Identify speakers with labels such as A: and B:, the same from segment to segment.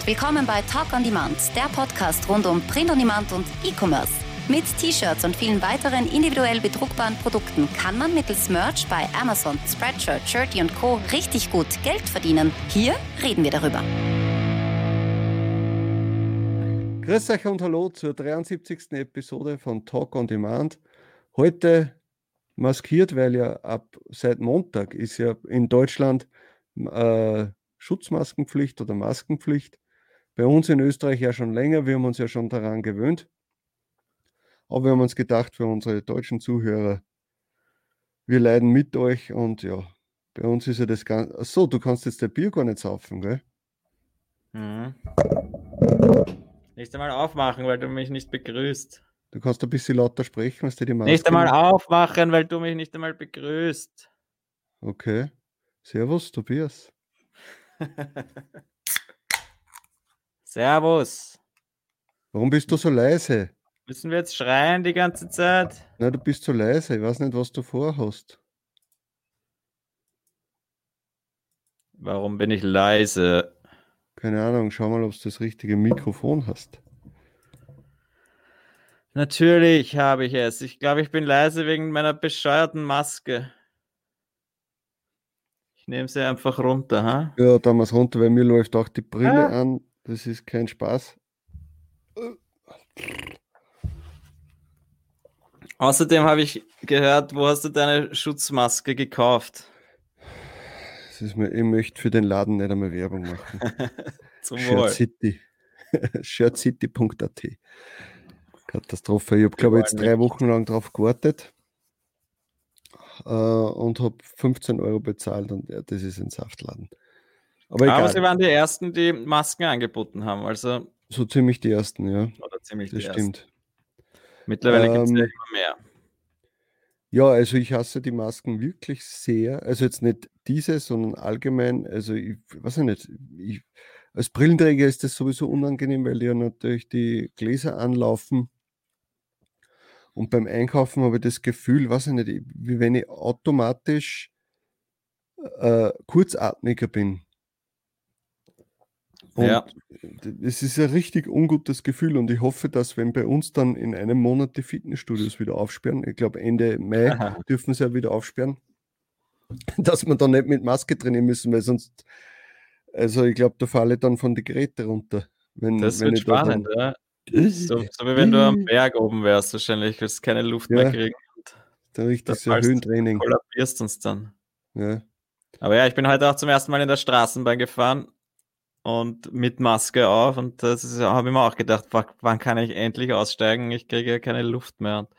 A: Willkommen bei Talk on Demand, der Podcast rund um Print on Demand und E-Commerce. Mit T-Shirts und vielen weiteren individuell bedruckbaren Produkten kann man mittels Merch bei Amazon, Spreadshirt, Shirty und Co. richtig gut Geld verdienen. Hier reden wir darüber.
B: Grüß euch und hallo zur 73. Episode von Talk on Demand. Heute maskiert, weil ja seit Montag ist ja in Deutschland Schutzmaskenpflicht oder Maskenpflicht. Bei uns in Österreich ja schon länger, wir haben uns ja schon daran gewöhnt. Aber wir haben uns gedacht, für unsere deutschen Zuhörer, wir leiden mit euch und ja, bei uns ist ja das Ganze. Achso, du kannst jetzt der Bier gar nicht saufen, gell?
C: Mhm. Nicht einmal aufmachen, weil du mich nicht begrüßt.
B: Du kannst ein bisschen lauter sprechen, was dir die Maske.
C: Nicht einmal aufmachen, weil du mich nicht einmal begrüßt.
B: Okay. Servus, Tobias.
C: Servus.
B: Warum bist du so leise?
C: Müssen wir jetzt schreien die ganze Zeit?
B: Na, du bist so leise. Ich weiß nicht, was du vorhast.
C: Warum bin ich leise?
B: Keine Ahnung. Schau mal, ob du das richtige Mikrofon hast.
C: Natürlich habe ich es. Ich glaube, ich bin leise wegen meiner bescheuerten Maske. Ich nehme sie einfach runter, ha?
B: Ja, damals runter, weil mir läuft auch die Brille an. Das ist kein Spaß.
C: Außerdem habe ich gehört, wo hast du deine Schutzmaske gekauft?
B: Ich möchte für den Laden nicht einmal Werbung machen.
C: Zum Wohl.
B: Shirt City. Shirtcity.at. Katastrophe. Ich habe, glaube ich, jetzt 3 Wochen lang drauf gewartet und habe 15 Euro bezahlt und ja, das ist ein Saftladen. Aber egal.
C: Aber sie waren die Ersten, die Masken angeboten haben. Also
B: so ziemlich die Ersten, ja.
C: Oder ziemlich
B: das
C: die
B: stimmt.
C: Ersten. Mittlerweile gibt es ja immer mehr.
B: Ja, also ich hasse die Masken wirklich sehr. Also jetzt nicht diese, sondern allgemein. Also ich weiß nicht, als Brillenträger ist das sowieso unangenehm, weil ja natürlich die Gläser anlaufen. Und beim Einkaufen habe ich das Gefühl, weiß ich nicht, wie wenn ich automatisch kurzatmiger bin. Und
C: Ja.
B: es ist ein richtig ungutes Gefühl und ich hoffe, dass wenn bei uns dann in einem Monat die Fitnessstudios wieder aufsperren, ich glaube Ende Mai dürfen sie ja wieder aufsperren, dass wir dann nicht mit Maske trainieren müssen, weil sonst, also ich glaube, da falle ich dann von den Geräten runter.
C: Das wird spannend, ja. So wie wenn du am Berg oben wärst, wahrscheinlich, wirst du keine Luft mehr kriegen.
B: Da richtig so Höhentraining.
C: Kollabierst uns dann.
B: Ja.
C: Aber ja, ich bin heute auch zum ersten Mal in der Straßenbahn gefahren und mit Maske auf und das habe ich mir auch gedacht, wann kann ich endlich aussteigen? Ich kriege ja keine Luft mehr.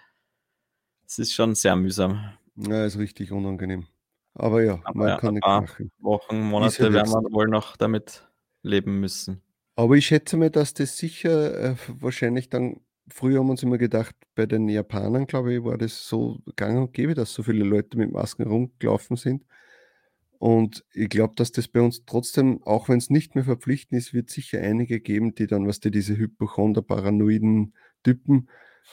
C: Es ist schon sehr mühsam.
B: Ja, ist richtig unangenehm. Aber ja, man kann nichts machen.
C: Wochen, Monate werden wir wohl noch damit leben müssen.
B: Aber ich schätze mir, dass das sicher wahrscheinlich dann, früher haben wir uns immer gedacht, bei den Japanern, glaube ich, war das so gang und gäbe, dass so viele Leute mit Masken rumgelaufen sind. Und ich glaube, dass das bei uns trotzdem, auch wenn es nicht mehr verpflichtend ist, wird sicher einige geben, die dann, diese Hypochonder-paranoiden Typen,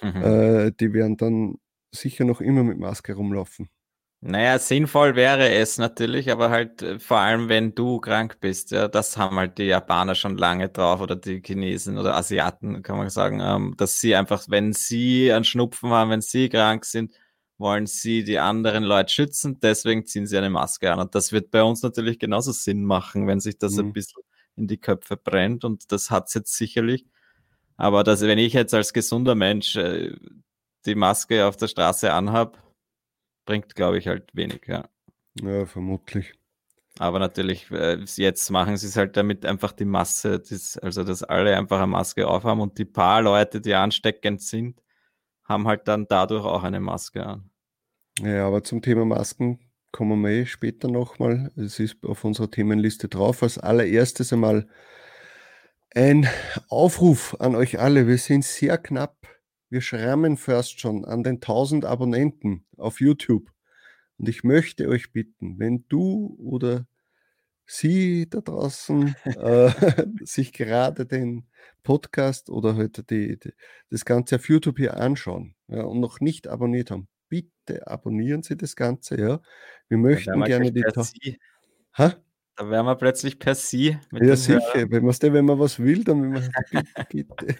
B: die werden dann sicher noch immer mit Maske rumlaufen.
C: Naja, sinnvoll wäre es natürlich, aber halt vor allem, wenn du krank bist. Ja, das haben halt die Japaner schon lange drauf oder die Chinesen oder Asiaten, kann man sagen, dass sie einfach, wenn sie einen Schnupfen haben, wenn sie krank sind, wollen sie die anderen Leute schützen, deswegen ziehen sie eine Maske an. Und das wird bei uns natürlich genauso Sinn machen, wenn sich das ein bisschen in die Köpfe brennt und das hat es jetzt sicherlich. Aber wenn ich jetzt als gesunder Mensch die Maske auf der Straße anhab, bringt, glaube ich, halt wenig, ja.
B: Ja, vermutlich.
C: Aber natürlich, jetzt machen sie es halt damit einfach die Masse, also dass alle einfach eine Maske aufhaben und die paar Leute, die ansteckend sind, haben halt dann dadurch auch eine Maske an.
B: Ja, aber zum Thema Masken kommen wir später nochmal. Es ist auf unserer Themenliste drauf. Als allererstes einmal ein Aufruf an euch alle. Wir sind sehr knapp. Wir schrammen fast schon an den 1000 Abonnenten auf YouTube. Und ich möchte euch bitten, wenn du oder sie da draußen sich gerade den Podcast oder halt das Ganze auf YouTube hier anschauen, ja, und noch nicht abonniert haben, bitte abonnieren Sie das Ganze. Ja. Wir möchten gerne die...
C: Da wären wir plötzlich per Sie mit
B: Ja,
C: den
B: sicher. Wenn man was will, dann will man bitte, bitte.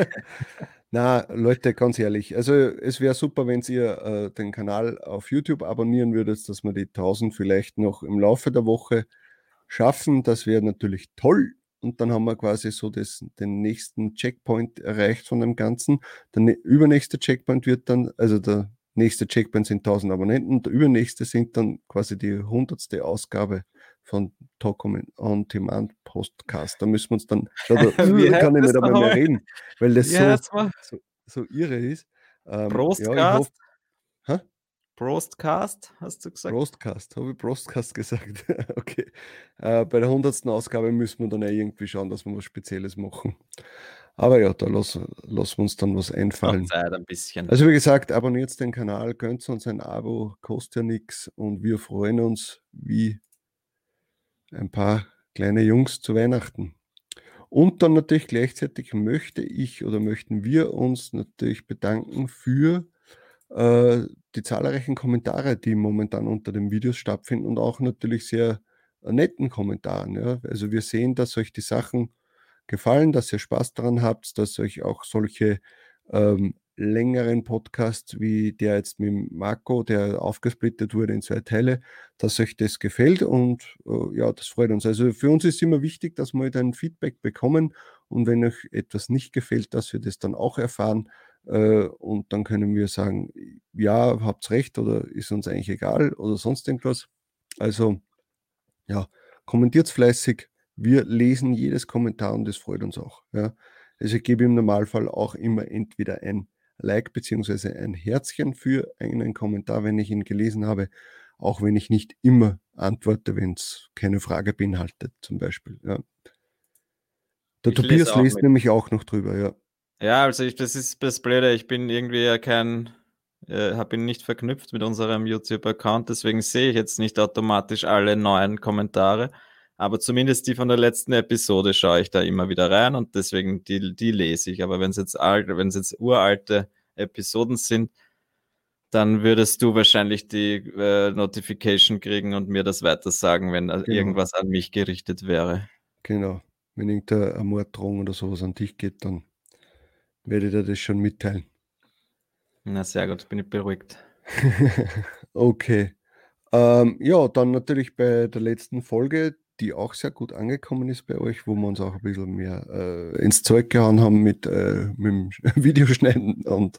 B: Na, Leute, ganz ehrlich. Also es wäre super, wenn ihr den Kanal auf YouTube abonnieren würdet, dass wir die 1000 vielleicht noch im Laufe der Woche schaffen. Das wäre natürlich toll. Und dann haben wir quasi so den nächsten Checkpoint erreicht von dem Ganzen. Der übernächste Checkpoint wird dann, also der nächste Checkpoint sind 1000 Abonnenten, der übernächste sind dann quasi die 100. Ausgabe von Talk on Demand Podcast. Da müssen wir uns dann, schau, da
C: Wie heißt
B: kann ich
C: das
B: nicht einmal mehr
C: nochmal?
B: reden, weil das
C: Wie heißt's mal?
B: so irre ist. Ja, ich hoffe,
C: Prostcast?
B: hä?
C: Prostcast, hast du gesagt?
B: Brostcast, habe ich Brostcast gesagt? Okay. Bei der 100. Ausgabe müssen wir dann irgendwie schauen, dass wir was Spezielles machen. Aber ja, da lassen wir uns dann was
C: Noch
B: einfallen.
C: Zeit ein bisschen.
B: Also wie gesagt, abonniert den Kanal, gönnt uns ein Abo, kostet ja nichts und wir freuen uns wie ein paar kleine Jungs zu Weihnachten. Und dann natürlich gleichzeitig möchten wir uns natürlich bedanken für die zahlreichen Kommentare, die momentan unter den Videos stattfinden und auch natürlich sehr netten Kommentaren. Ja. Also wir sehen, dass euch die Sachen gefallen, dass ihr Spaß daran habt, dass euch auch solche längeren Podcasts wie der jetzt mit Marco, der aufgesplittet wurde in 2 Teile, dass euch das gefällt und ja, das freut uns. Also für uns ist immer wichtig, dass wir dann Feedback bekommen und wenn euch etwas nicht gefällt, dass wir das dann auch erfahren und dann können wir sagen, ja, habt's recht oder ist uns eigentlich egal oder sonst irgendwas. Also ja, kommentiert fleißig. Wir lesen jedes Kommentar und das freut uns auch. Ja. Also ich gebe im Normalfall auch immer entweder ein Like bzw. ein Herzchen für einen Kommentar, wenn ich ihn gelesen habe, auch wenn ich nicht immer antworte, wenn es keine Frage beinhaltet, zum Beispiel. Ja. Der
C: Ich lese
B: Tobias
C: auch
B: liest
C: mit.
B: nämlich auch noch drüber, ja.
C: Ja, also das ist das Blöde. Ich bin irgendwie ja habe ihn nicht verknüpft mit unserem YouTube-Account, deswegen sehe ich jetzt nicht automatisch alle neuen Kommentare. Aber zumindest die von der letzten Episode schaue ich da immer wieder rein und deswegen die lese ich. Aber wenn es jetzt uralte Episoden sind, dann würdest du wahrscheinlich die Notification kriegen und mir das weiter sagen, wenn irgendwas an mich gerichtet wäre.
B: Genau. Wenn irgendeine Morddrohung oder sowas an dich geht, dann werde ich dir das schon mitteilen.
C: Na, sehr gut, bin ich beruhigt.
B: Okay. Ja, dann natürlich bei der letzten Folge, die auch sehr gut angekommen ist bei euch, wo wir uns auch ein bisschen mehr ins Zeug gehauen haben mit dem Videoschneiden. Und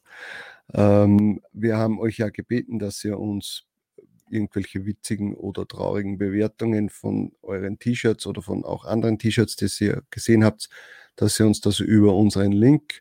B: wir haben euch ja gebeten, dass ihr uns irgendwelche witzigen oder traurigen Bewertungen von euren T-Shirts oder von auch anderen T-Shirts, die ihr gesehen habt, dass ihr uns das über unseren Link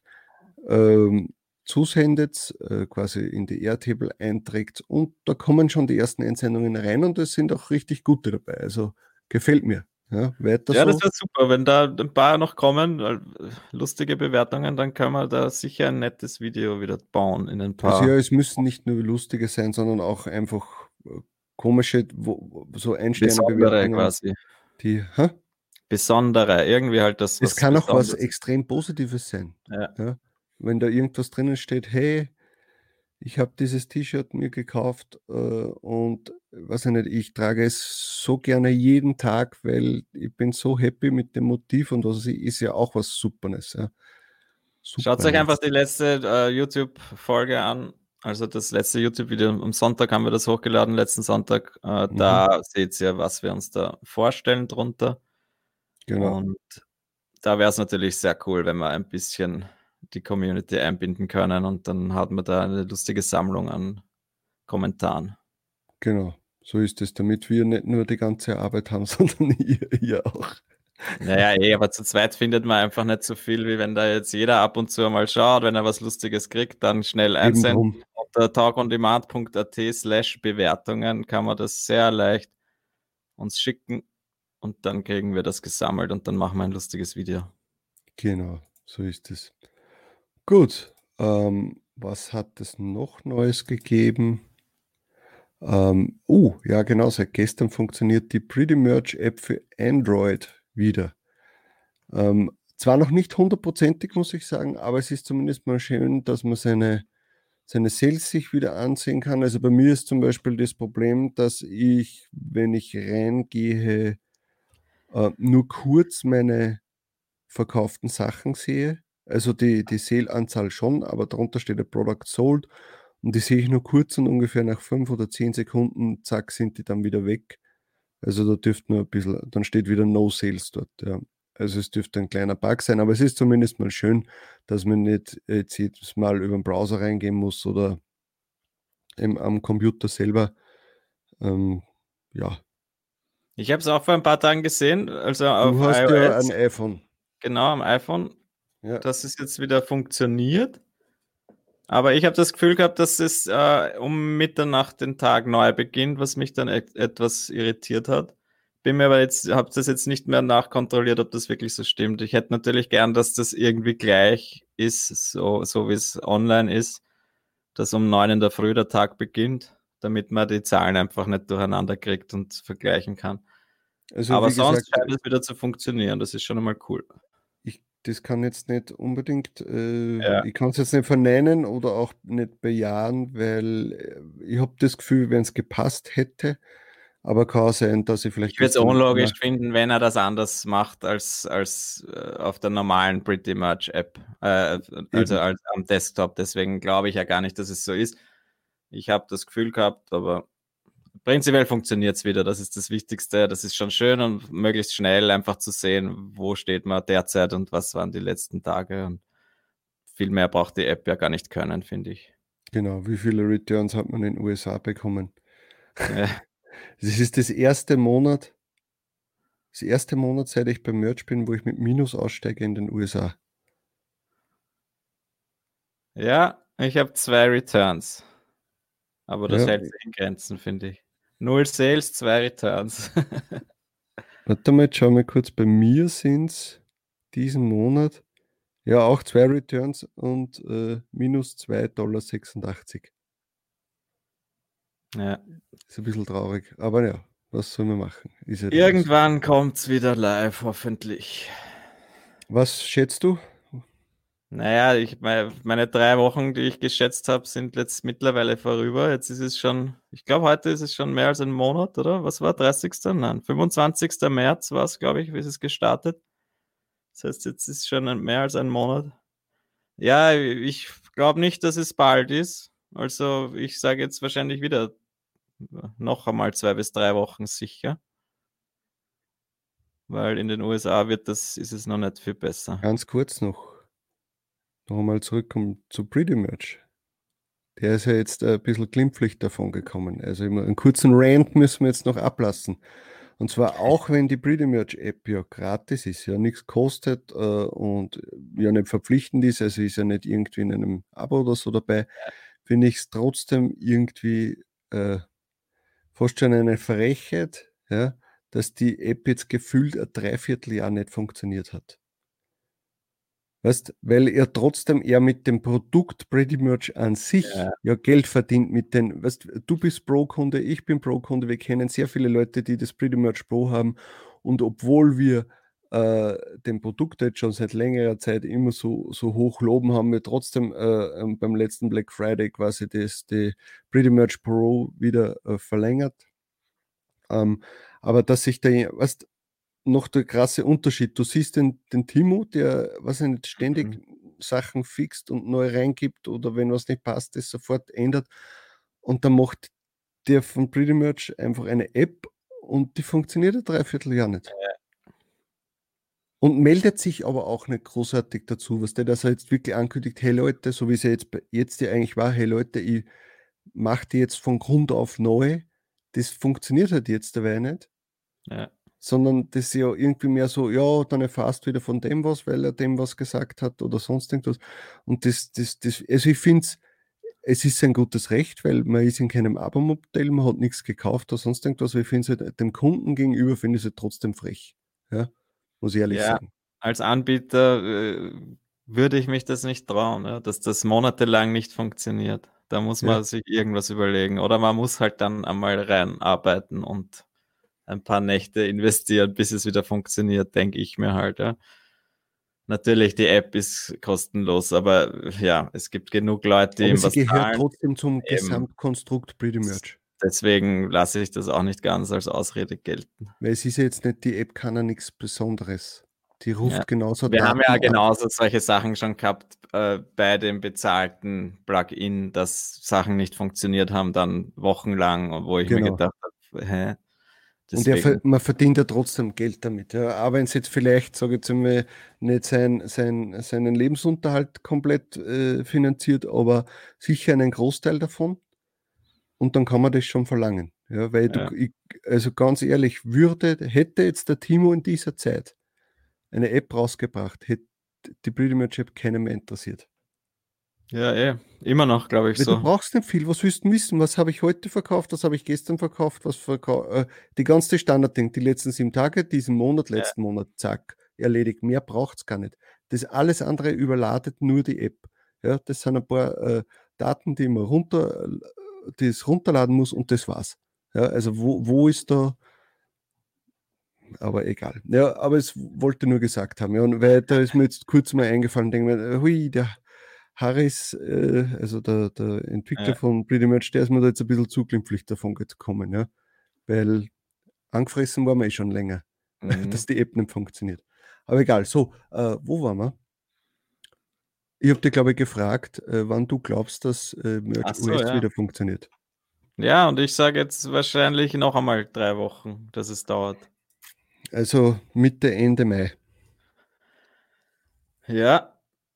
B: zusendet, quasi in die Airtable einträgt und da kommen schon die ersten Einsendungen rein und es sind auch richtig gute dabei. Also gefällt mir. Ja, weiter
C: Ja,
B: so.
C: das wäre super, wenn da ein paar noch kommen, lustige Bewertungen, dann können wir da sicher ein nettes Video wieder bauen in ein
B: Also ja,
C: paar
B: es müssen nicht nur lustige sein, sondern auch einfach komische, so
C: besondere
B: Ein-Sterne-Bewertungen,
C: quasi.
B: hä?
C: Besondere, irgendwie halt
B: Es
C: was
B: kann auch was
C: Besonderes.
B: extrem Positives sein.
C: Ja.
B: Ja? Wenn da irgendwas drinnen steht, hey, ich habe dieses T-Shirt mir gekauft und weiß ich nicht, ich trage es so gerne jeden Tag, weil ich bin so happy mit dem Motiv und was ist ja auch was Supernes. Ja.
C: Schaut euch einfach
B: Supernes.
C: die letzte YouTube-Folge an. Also das letzte YouTube-Video am Sonntag haben wir das hochgeladen, letzten Sonntag. Da seht ihr, was wir uns da vorstellen drunter.
B: Genau.
C: Und da wäre es natürlich sehr cool, wenn wir ein bisschen die Community einbinden können und dann hat man da eine lustige Sammlung an Kommentaren.
B: Genau. So ist es, damit wir nicht nur die ganze Arbeit haben, sondern ihr auch.
C: Naja, aber zu zweit findet man einfach nicht so viel, wie wenn da jetzt jeder ab und zu mal schaut, wenn er was Lustiges kriegt, dann schnell
B: Eben
C: einsenden.
B: drum.
C: Unter talkondemand.at/Bewertungen kann man das sehr leicht uns schicken und dann kriegen wir das gesammelt und dann machen wir ein lustiges Video.
B: Genau, so ist es. Gut. Was hat es noch Neues gegeben? Ja genau, seit gestern funktioniert die Pretty Merch App für Android wieder. Zwar noch nicht 100%ig, muss ich sagen, aber es ist zumindest mal schön, dass man seine Sales sich wieder ansehen kann. Also bei mir ist zum Beispiel das Problem, dass ich, wenn ich reingehe nur kurz meine verkauften Sachen sehe, also die Sale-Anzahl schon, aber darunter steht der Product Sold und die sehe ich nur kurz und ungefähr nach 5 oder 10 Sekunden, zack, sind die dann wieder weg. Also da dürfte nur ein bisschen, dann steht wieder No Sales dort. Ja. Also es dürfte ein kleiner Bug sein, aber es ist zumindest mal schön, dass man nicht jetzt jedes Mal über den Browser reingehen muss oder am Computer selber. Ja.
C: Ich habe es auch vor ein paar Tagen gesehen, also auf
B: Du hast
C: iOS.
B: ja ein iPhone.
C: Genau, am iPhone,
B: Ja.
C: dass es jetzt wieder funktioniert. Aber ich habe das Gefühl gehabt, dass es um Mitternacht den Tag neu beginnt, was mich dann etwas irritiert hat. Bin mir aber jetzt, habe das jetzt nicht mehr nachkontrolliert, ob das wirklich so stimmt. Ich hätte natürlich gern, dass das irgendwie gleich ist, so wie es online ist, dass um 9 in der Früh der Tag beginnt, damit man die Zahlen einfach nicht durcheinander kriegt und vergleichen kann.
B: Also
C: Aber
B: wie
C: sonst
B: gesagt,
C: scheint es wieder zu funktionieren. Das ist schon einmal cool.
B: das kann jetzt nicht unbedingt,
C: Ja.
B: ich kann es jetzt nicht verneinen oder auch nicht bejahen, weil ich habe das Gefühl, wenn es gepasst hätte, aber kann auch sein, dass ich vielleicht
C: Ich würde es
B: gestern
C: unlogisch
B: nach-
C: finden, wenn er das anders macht als auf der normalen Pretty Much App, also
B: Eben.
C: als am Desktop. Deswegen glaube ich ja gar nicht, dass es so ist. Ich habe das Gefühl gehabt, aber prinzipiell funktioniert es wieder. Das ist das Wichtigste. Das ist schon schön und möglichst schnell einfach zu sehen, wo steht man derzeit und was waren die letzten Tage. Und viel mehr braucht die App ja gar nicht können, finde ich.
B: Genau, wie viele Returns hat man in den USA bekommen?
C: Ja.
B: Das ist das erste Monat, seit ich beim Merch bin, wo ich mit Minus aussteige in den USA.
C: Ja, ich habe 2 Returns. Aber das
B: Ja,
C: hält sich in Grenzen, finde ich. 0 Sales, 2 Returns.
B: warte mal, jetzt schauen wir kurz, bei mir sind es diesen Monat, ja auch 2 Returns und minus $2,86.
C: Ja.
B: Ist ein bisschen traurig, aber ja, was soll man machen? Ist ja dann so.
C: Irgendwann kommt's wieder live, hoffentlich.
B: Was schätzt du?
C: Naja, meine 3 Wochen, die ich geschätzt habe, sind jetzt mittlerweile vorüber. Jetzt ist es schon, ich glaube, heute ist es schon mehr als ein Monat, oder? Was war 30.? Nein, 25. März war es, glaube ich, wie ist es gestartet. Das heißt, jetzt ist schon mehr als ein Monat. Ja, ich glaube nicht, dass es bald ist. Also ich sage jetzt wahrscheinlich wieder noch einmal 2 bis 3 Wochen sicher. Weil in den USA ist es noch nicht viel besser.
B: Ganz kurz noch einmal zurückkommen zu Pretty Merch. Der ist ja jetzt ein bisschen glimpflich davon gekommen. Also immer einen kurzen Rant müssen wir jetzt noch ablassen. Und zwar auch, wenn die Pretty Merch App ja gratis ist, ja nichts kostet und ja nicht verpflichtend ist, also ist ja nicht irgendwie in einem Abo oder so dabei, finde ich es trotzdem irgendwie fast schon eine Frechheit, ja, dass die App jetzt gefühlt ein Dreivierteljahr nicht funktioniert hat. Weißt, weil er trotzdem eher mit dem Produkt Pretty Merch an sich ja Geld verdient mit den, weißt, du bist Pro-Kunde, ich bin Pro-Kunde, wir kennen sehr viele Leute, die das Pretty Merch Pro haben und obwohl wir den Produkt jetzt schon seit längerer Zeit immer so hoch loben, haben wir trotzdem beim letzten Black Friday quasi die Pretty Merch Pro wieder verlängert. Aber dass sich da, weißt, noch der krasse Unterschied. Du siehst den Timo, der, was er nicht ständig Sachen fixt und neu reingibt oder wenn was nicht passt, das sofort ändert. Und dann macht der von Pretty Merch einfach eine App und die funktioniert ein Dreivierteljahr nicht. Und meldet sich aber auch nicht großartig dazu, was der das jetzt wirklich ankündigt, hey Leute, so wie es ja jetzt ja eigentlich war, hey Leute, ich mache die jetzt von Grund auf neu. Das funktioniert halt jetzt dabei nicht.
C: Ja.
B: Sondern das ist ja irgendwie mehr so, ja, dann erfährst du wieder von dem was, weil er dem was gesagt hat oder sonst irgendwas. Und also ich finde es ist ein gutes Recht, weil man ist in keinem Abo-Modell, man hat nichts gekauft oder sonst irgendwas, aber ich finde es halt, dem Kunden gegenüber finde ich es trotzdem frech. Ja, muss ich ehrlich sagen.
C: Als Anbieter würde ich mich das nicht trauen, ja, dass das monatelang nicht funktioniert. Da muss man sich irgendwas überlegen. Oder man muss halt dann einmal reinarbeiten und ein paar Nächte investieren, bis es wieder funktioniert, denke ich mir halt. Ja. Natürlich, die App ist kostenlos, aber ja, es gibt genug Leute, die
B: aber
C: ihm
B: sie
C: was
B: gehört
C: zahlen.
B: trotzdem zum Gesamtkonstrukt Pretty Merch.
C: deswegen lasse ich das auch nicht ganz als Ausrede gelten.
B: Weil es ist ja jetzt nicht, die App kann ja nichts Besonderes. Die ruft
C: Ja.
B: genauso
C: Wir haben
B: Daten
C: ja
B: ab.
C: genauso solche Sachen schon gehabt bei dem bezahlten Plugin, dass Sachen nicht funktioniert haben, dann wochenlang, wo ich mir
B: Genau.
C: gedacht habe, hä?
B: Und
C: Deswegen,
B: man verdient ja trotzdem Geld damit. Ja. Auch wenn es jetzt vielleicht, sage ich jetzt einmal, nicht seinen Lebensunterhalt komplett finanziert, aber sicher einen Großteil davon. Und dann kann man das schon verlangen. Ja, weil
C: ja.
B: also ganz ehrlich, hätte jetzt der Timo in dieser Zeit eine App rausgebracht, hätte die Pretty Much App keiner mehr interessiert.
C: Ja, immer noch, glaube ich,
B: Weil du
C: so.
B: brauchst nicht viel. Was willst du wissen? Was habe ich heute verkauft? Was habe ich gestern verkauft? Die ganze Standardding, die letzten 7 Tage, diesen Monat,
C: Ja.
B: letzten Monat, zack, erledigt. Mehr braucht es gar nicht. Das alles andere überladet nur die App. Ja, das sind ein paar Daten, die man runterladen muss und das war's. Ja, also wo ist da, aber egal. Ja, aber es wollte nur gesagt haben. Ja, und weil da ist mir jetzt kurz mal eingefallen, denke mir, hui, der Harris, also der Entwickler
C: Ja.
B: von Pretty Much, der ist mir da jetzt ein bisschen zu glimpflich davon gekommen, ja. Weil angefressen waren wir schon länger, dass die App nicht funktioniert. Aber egal, so, wo waren wir? Ich habe dir, glaube ich, gefragt, wann du glaubst, dass Merge
C: Ach so,
B: OS
C: ja.
B: wieder funktioniert.
C: Ja, und ich sage jetzt wahrscheinlich noch einmal 3 Wochen, dass es dauert.
B: Also Mitte, Ende Mai.
C: Ja.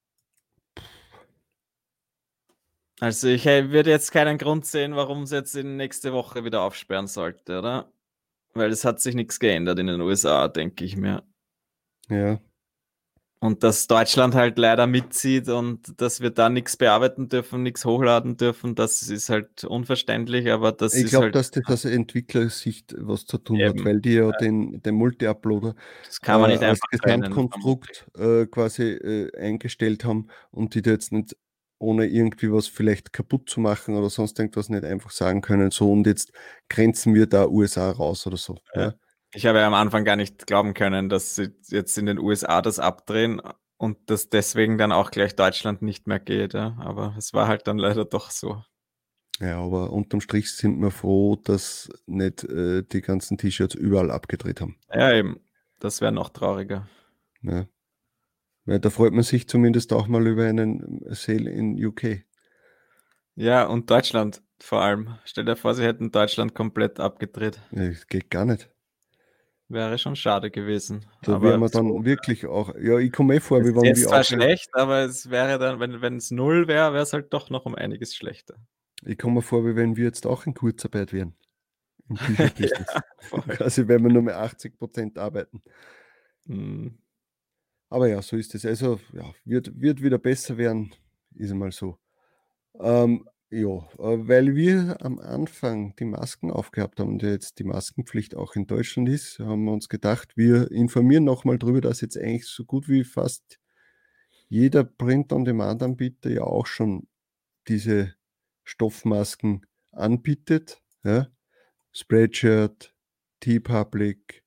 C: Also ich würde jetzt keinen Grund sehen, warum es jetzt in nächste Woche wieder aufsperren sollte, oder? Weil es hat sich nichts geändert in den USA, denke ich mir.
B: Ja.
C: Und dass Deutschland halt leider mitzieht und dass wir da nichts bearbeiten dürfen, nichts hochladen dürfen, das ist halt unverständlich, aber das
B: Ich
C: ist
B: glaube,
C: halt
B: dass das aus Entwicklersicht was zu tun hat,
C: eben,
B: weil die ja den Multi-Uploader
C: das kann man nicht
B: als
C: einfach trennen, vermutlich.
B: Gesamtkonstrukt quasi eingestellt haben und die da jetzt nicht ohne irgendwie was vielleicht kaputt zu machen oder sonst irgendwas nicht einfach sagen können, so und jetzt grenzen wir da USA raus oder so. Ja.
C: Ich habe ja am Anfang gar nicht glauben können, dass sie jetzt in den USA das abdrehen und dass deswegen dann auch gleich Deutschland nicht mehr geht. Ja. Aber es war halt dann leider doch so.
B: Ja, aber unterm Strich sind wir froh, dass nicht die ganzen T-Shirts überall abgedreht haben.
C: Ja, eben. Das wäre noch trauriger.
B: Ja. Weil da freut man sich zumindest auch mal über einen Sale in UK.
C: Ja, und Deutschland vor allem. Stell dir vor, sie hätten Deutschland komplett abgedreht.
B: Ja, das geht gar nicht.
C: Wäre schon schade gewesen.
B: Da wären
C: Aber
B: wir
C: so,
B: dann wirklich auch, ja, ich komme vor,
C: es
B: wie
C: ist
B: wenn
C: jetzt
B: wir
C: zwar
B: auch,
C: schlecht, aber es wäre dann, wenn es 0 wäre, wäre es halt doch noch um einiges schlechter.
B: ich komme mir vor, wie wenn wir jetzt auch in Kurzarbeit wären. Im T-Shirt-Business.
C: Ja, voll.
B: Quasi, wenn wir nur mehr 80% arbeiten.
C: Hm.
B: Aber ja, so ist es. Also, ja, wird wieder besser werden, ist einmal so. Ja, weil wir am Anfang die Masken aufgehabt haben und jetzt die Maskenpflicht auch in Deutschland ist, haben wir uns gedacht, wir informieren nochmal darüber, dass jetzt eigentlich so gut wie fast jeder Print-on-Demand-Anbieter ja auch schon diese Stoffmasken anbietet. Ja? Spreadshirt, TeePublic,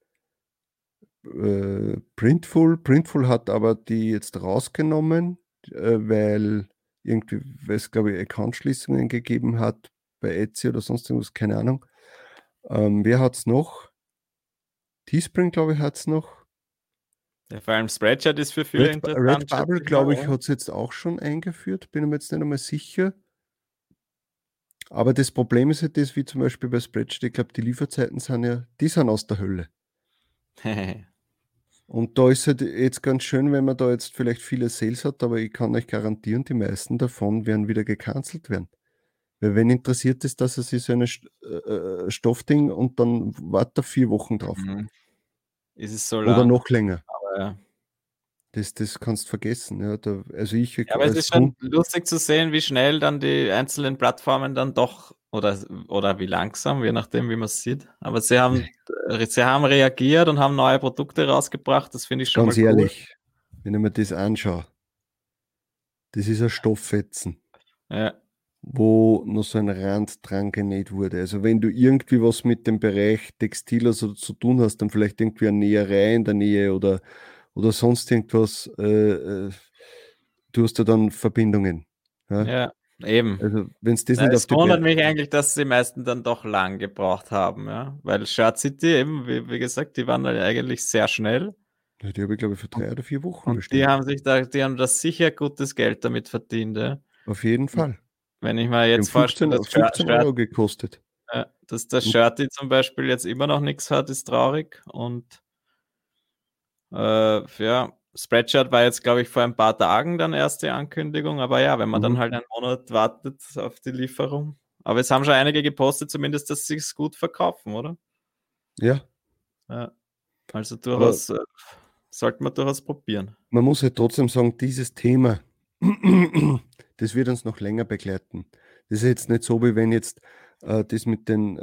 B: Printful. Printful hat aber die jetzt rausgenommen, weil es, glaube ich, Accountschließungen gegeben hat bei Etsy oder sonst irgendwas, keine Ahnung. Wer hat es noch? Teespring, glaube ich, hat es noch.
C: Ja, vor allem Spreadshirt ist für viele interessant.
B: Redbubble,
C: schätze
B: glaube ich,
C: mal,
B: hat es jetzt auch schon eingeführt, bin mir jetzt nicht einmal sicher. Aber das Problem ist halt das, wie zum Beispiel bei Spreadshirt, ich glaube, die Lieferzeiten die sind aus der Hölle.
C: ja.
B: Und da ist halt jetzt ganz schön, wenn man da jetzt vielleicht viele Sales hat, aber ich kann euch garantieren, die meisten davon werden wieder gecancelt werden. Weil wenn interessiert ist, dass er sich so ein Stoffding und dann wartet er 4 Wochen drauf.
C: Mhm. Ist es so
B: Oder
C: lang?
B: noch länger.
C: Aber ja.
B: Das kannst du vergessen. Ja, also ich
C: Ja, aber es ist schon lustig zu sehen, wie schnell dann die einzelnen Plattformen dann doch oder wie langsam, je nachdem, wie man es sieht. Aber sie haben reagiert und haben neue Produkte rausgebracht. Das finde ich schon
B: ganz
C: mal cool.
B: ehrlich, wenn ich mir das anschaue, das ist ein Stofffetzen,
C: Ja,
B: wo noch so ein Rand dran genäht wurde. Also wenn du irgendwie was mit dem Bereich Textil also zu tun hast, dann vielleicht irgendwie eine Näherei in der Nähe oder sonst irgendwas, du hast ja dann Verbindungen. Ja?
C: ja. Eben.
B: Also, wenn es das
C: Ja,
B: nicht
C: es
B: auf die
C: wundert mich eigentlich, dass die meisten dann doch lang gebraucht haben, ja. Weil Shirt City eben, wie gesagt, die waren dann eigentlich sehr schnell
B: Ja, die habe ich, glaube ich, für 3 oder 4 Wochen
C: und die
B: bestellt.
C: haben da sicher gutes Geld damit verdient, ja.
B: Auf jeden Fall.
C: Wenn ich mir
B: Die haben
C: jetzt vorstelle,
B: 15 Euro gekostet.
C: dass das
B: Und
C: Shirty zum Beispiel jetzt immer noch nichts hat, ist traurig. Und ja, Spreadshirt war jetzt, glaube ich, vor ein paar Tagen dann erste Ankündigung. Aber ja, wenn man dann halt einen Monat wartet auf die Lieferung. Aber es haben schon einige gepostet, zumindest, dass sie es gut verkaufen, oder?
B: ja,
C: Ja, also
B: aber
C: durchaus, sollte man durchaus probieren.
B: man muss halt trotzdem sagen, dieses Thema, das wird uns noch länger begleiten. Das ist jetzt nicht so, wie wenn jetzt das mit den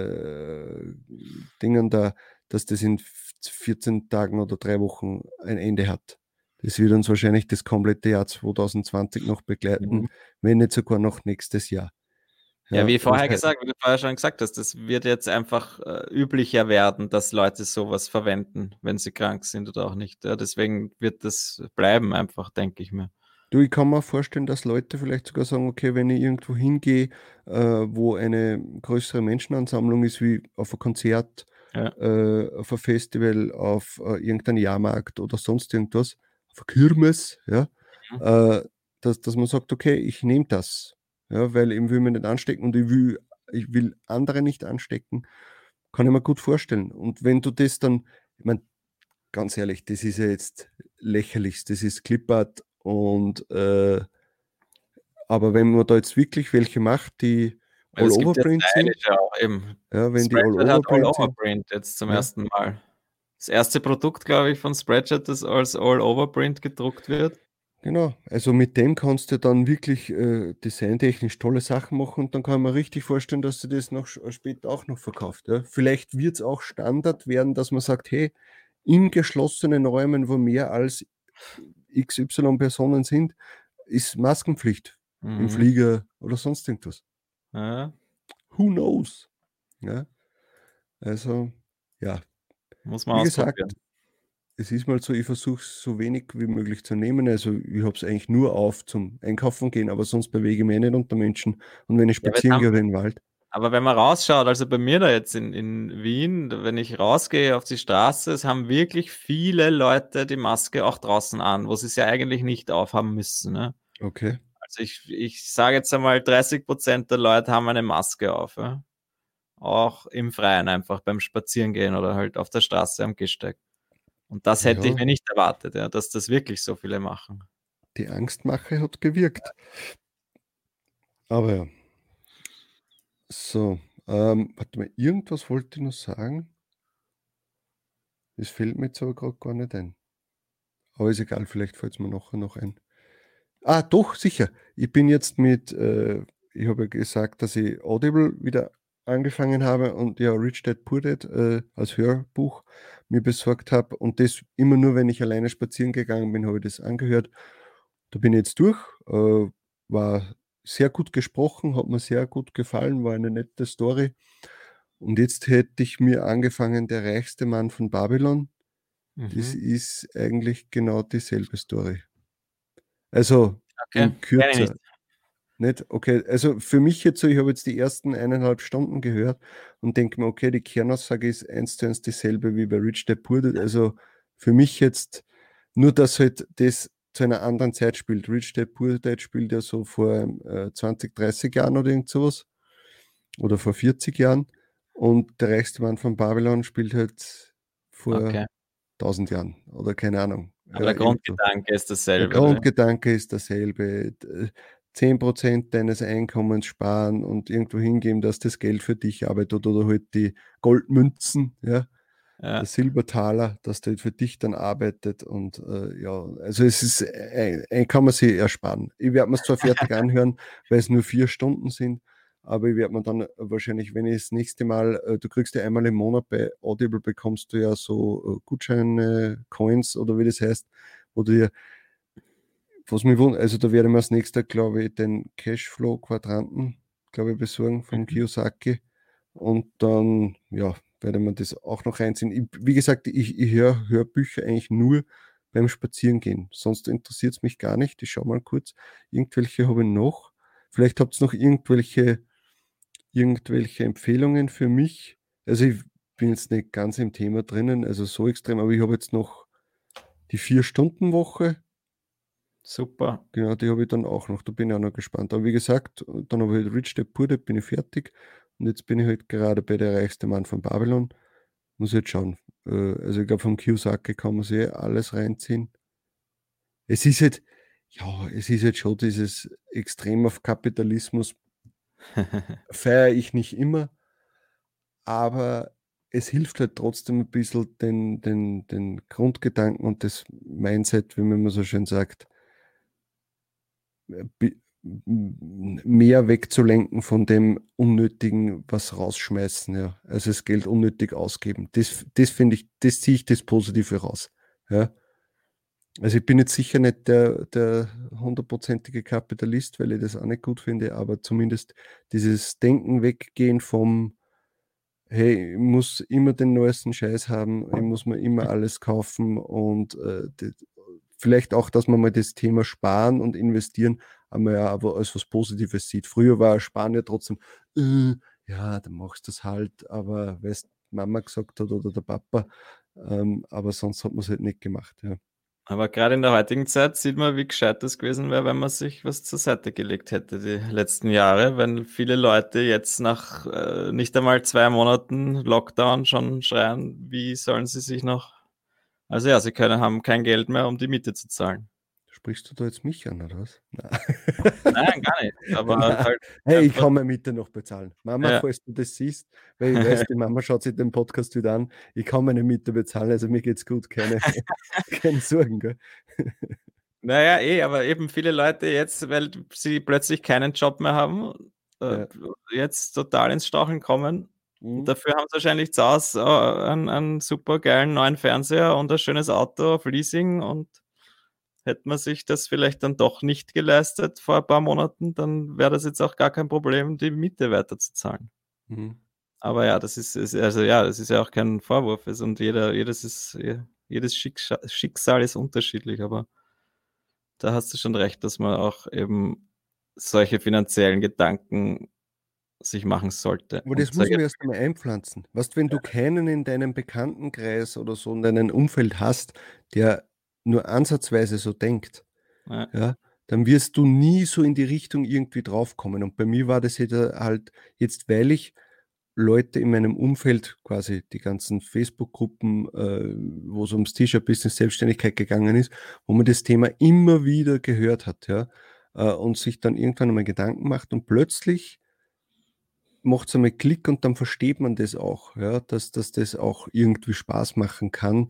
B: Dingen da, dass das in 14 Tagen oder 3 Wochen ein Ende hat. Das wird uns wahrscheinlich das komplette Jahr 2020 noch begleiten,
C: Mhm.
B: wenn nicht sogar noch nächstes Jahr.
C: Ja, wie
B: das heißt,
C: wie du vorher schon gesagt hast, das wird jetzt einfach üblicher werden, dass Leute sowas verwenden, wenn sie krank sind oder auch nicht. Ja, deswegen wird das bleiben einfach, denke ich mir.
B: du, ich kann mir vorstellen, dass Leute vielleicht sogar sagen, okay, wenn ich irgendwo hingehe, wo eine größere Menschenansammlung ist, wie auf ein Konzert,
C: Ja.
B: auf ein Festival, auf irgendeinen Jahrmarkt oder sonst irgendwas, auf eine Kirmes, ja, äh, dass man sagt, okay, ich nehme das, ja, weil ich will mich nicht anstecken und ich will andere nicht anstecken, kann ich mir gut vorstellen. Und wenn du das dann, ich meine, ganz ehrlich, das ist ja jetzt lächerlich, das ist Clipart und aber wenn man da jetzt wirklich welche macht, die
C: Weil
B: all
C: es
B: over
C: gibt ja
B: print sind,
C: stylische auch eben.
B: ja, wenn die all
C: Spreadshirt
B: over
C: hat
B: print sind,
C: All-Over-Print jetzt zum
B: ja,
C: ersten Mal. Das erste Produkt, glaube ich, von Spreadshirt, das als All-Over-Print gedruckt wird.
B: genau. Also mit dem kannst du dann wirklich designtechnisch tolle Sachen machen und dann kann man richtig vorstellen, dass du das noch später auch noch verkauft. Ja. Vielleicht wird es auch Standard werden, dass man sagt, hey, in geschlossenen Räumen, wo mehr als XY Personen sind, ist Maskenpflicht im
C: Mhm.
B: Flieger oder sonst irgendwas.
C: Ja,
B: Who knows? Ja, also, ja,
C: muss man
B: wie
C: ausprobieren.
B: gesagt, es ist mal so, ich versuche es so wenig wie möglich zu nehmen. Also ich habe es eigentlich nur auf zum Einkaufen gehen, aber sonst bewege ich mich nicht unter Menschen. Und wenn ich
C: Ja,
B: spazieren gehe oder in den Wald,
C: aber wenn man rausschaut, also bei mir da jetzt in Wien, wenn ich rausgehe auf die Straße, es haben wirklich viele Leute die Maske auch draußen an, wo sie es ja eigentlich nicht aufhaben müssen. Ne?
B: okay.
C: Also ich sage jetzt einmal, 30% der Leute haben eine Maske auf. Ja? Auch im Freien einfach beim Spazierengehen oder halt auf der Straße am Gehsteig. Und das hätte ich
B: Ja,
C: mir nicht erwartet, ja, dass das wirklich so viele machen.
B: die Angstmache hat gewirkt. Aber ja, so, warte mal, irgendwas wollte ich noch sagen. Das fällt mir jetzt aber gerade gar nicht ein. Aber ist egal, vielleicht fällt es mir nachher noch ein. Ah, doch, sicher. Ich bin jetzt ich habe ja gesagt, dass ich Audible wieder angefangen habe und ja Rich Dad Poor Dad als Hörbuch mir besorgt habe und das immer nur, wenn ich alleine spazieren gegangen bin, habe ich das angehört. Da bin ich jetzt durch, war sehr gut gesprochen, hat mir sehr gut gefallen, war eine nette Story. Und jetzt hätte ich mir angefangen, der reichste Mann von Babylon. Das
C: Mhm.
B: ist eigentlich genau dieselbe Story. Also
C: Okay,
B: in
C: kenne ich
B: kürzer.
C: nicht.
B: Nicht? Okay, also für mich jetzt so, ich habe jetzt die ersten 1,5 Stunden gehört und denke mir, okay, die Kernaussage ist eins zu eins dieselbe wie bei Rich Dad Poor Dad. Also für mich jetzt nur, dass halt das zu einer anderen Zeit spielt. Rich Dad Poor Dad spielt ja so vor 20, 30 Jahren oder irgend sowas oder vor 40 Jahren und der reichste Mann von Babylon spielt halt vor
C: Okay.
B: 1000 Jahren oder keine Ahnung.
C: Aber
B: Ja,
C: der
B: irgendwo.
C: Grundgedanke ist
B: Der
C: dasselbe, oder?
B: Grundgedanke ist derselbe. 10% deines Einkommens sparen und irgendwo hingeben, dass das Geld für dich arbeitet oder halt die Goldmünzen, ja, der
C: Ja.
B: Silbertaler, dass der halt für dich dann arbeitet und ja, also es ist, kann man sich ersparen. Ich werde mir es zwar fertig anhören, weil es nur 4 Stunden sind, aber ich werde mir dann wahrscheinlich, wenn ich das nächste Mal, du kriegst ja einmal im Monat bei Audible, bekommst du ja so Gutscheine, Coins oder wie das heißt, wo du dir was mich wundert, also da werde ich mir als nächster, glaube ich, den Cashflow-Quadranten, glaube ich, besorgen vom
C: Mhm.
B: Kiyosaki. Und dann, ja, werde man das auch noch reinziehen. Wie gesagt, ich höre Hörbücher eigentlich nur beim Spazierengehen. Sonst interessiert es mich gar nicht. Ich schaue mal kurz. Irgendwelche habe ich noch. Vielleicht habt ihr noch irgendwelche Empfehlungen für mich. Also ich bin jetzt nicht ganz im Thema drinnen, also so extrem, aber ich habe jetzt noch die 4-Stunden-Woche.
C: Super.
B: Genau, die habe ich dann auch noch. Da bin ich auch noch gespannt. Aber wie gesagt, dann habe ich halt Rich Dad Poor Dad, bin ich fertig. Und jetzt bin ich halt gerade bei der reichste Mann von Babylon. Muss jetzt schauen. Also ich glaube, vom Kiyosaki kann man sich alles reinziehen. Es ist halt, ja, es ist halt schon dieses Extrem auf Kapitalismus, feiere ich nicht immer, aber es hilft halt trotzdem ein bisschen den Grundgedanken und das Mindset, wie man immer so schön sagt, mehr wegzulenken von dem Unnötigen, was rausschmeißen, ja. Also das Geld unnötig ausgeben. Das finde ich, das ziehe ich das Positive raus. Ja. Also ich bin jetzt sicher nicht der 100%ige Kapitalist, weil ich das auch nicht gut finde, aber zumindest dieses Denken weggehen vom, hey, ich muss immer den neuesten Scheiß haben, ich muss mir immer alles kaufen und vielleicht auch, dass man mal das Thema Sparen und Investieren einmal ja aber als was Positives sieht. Früher war Sparen ja trotzdem, ja, dann machst du das halt, aber weißt, Mama gesagt hat oder der Papa, aber sonst hat man es halt nicht gemacht, ja.
C: Aber gerade in der heutigen Zeit sieht man, wie gescheit das gewesen wäre, wenn man sich was zur Seite gelegt hätte die letzten Jahre, wenn viele Leute jetzt nach nicht einmal 2 Monaten Lockdown schon schreien, wie sollen sie sich noch, also ja, sie haben kein Geld mehr, um die Miete zu zahlen.
B: Sprichst du da jetzt mich an, oder was?
C: Nein, gar nicht, aber
B: Nein.
C: halt
B: Hey, ich
C: einfach,
B: kann meine Miete noch bezahlen. Mama,
C: ja.
B: falls du das siehst, weil ich weiß, die Mama schaut sich den Podcast wieder an, ich kann meine Miete bezahlen, also mir geht's gut, keine Sorgen, gell?
C: Naja, aber eben viele Leute jetzt, weil sie plötzlich keinen Job mehr haben,
B: Ja.
C: jetzt total ins Straucheln kommen. Und
B: Mhm.
C: dafür haben sie wahrscheinlich zu Hause einen super geilen neuen Fernseher und ein schönes Auto auf Leasing, und hätte man sich das vielleicht dann doch nicht geleistet vor ein paar Monaten, dann wäre das jetzt auch gar kein Problem, die Miete weiterzuzahlen.
B: Mhm.
C: Aber ja, das also ja, das ist ja auch kein Vorwurf. Und jedes Schicksal ist unterschiedlich, aber da hast du schon recht, dass man auch eben solche finanziellen Gedanken sich machen sollte.
B: Aber
C: Und
B: das muss man erst einmal einpflanzen. Weißt, wenn du keinen in deinem Bekanntenkreis oder so in deinem Umfeld hast, der nur ansatzweise so denkt,
C: ja,
B: ja, dann wirst du nie so in die Richtung irgendwie draufkommen. Und bei mir war das halt jetzt, weil ich Leute in meinem Umfeld, quasi die ganzen Facebook-Gruppen, wo es ums T-Shirt-Business, Selbstständigkeit gegangen ist, wo man das Thema immer wieder gehört hat, ja, und sich dann irgendwann einmal Gedanken macht und plötzlich macht es einmal Klick und dann versteht man das auch, ja, dass das auch irgendwie Spaß machen kann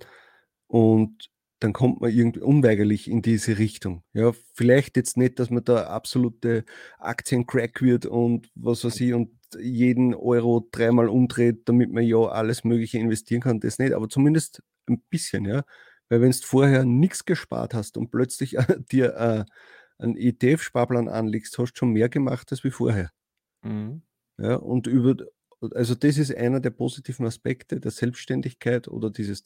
B: und dann kommt man irgendwie unweigerlich in diese Richtung. Ja, vielleicht jetzt nicht, dass man da absolute Aktiencrack wird und was weiß ich und jeden Euro 3-mal umdreht, damit man ja alles Mögliche investieren kann, das nicht, aber zumindest ein bisschen, ja. Weil wenn du vorher nichts gespart hast und plötzlich dir einen ETF-Sparplan anlegst, hast du schon mehr gemacht als wie vorher.
C: mhm.
B: Ja, und also das ist einer der positiven Aspekte der Selbstständigkeit oder dieses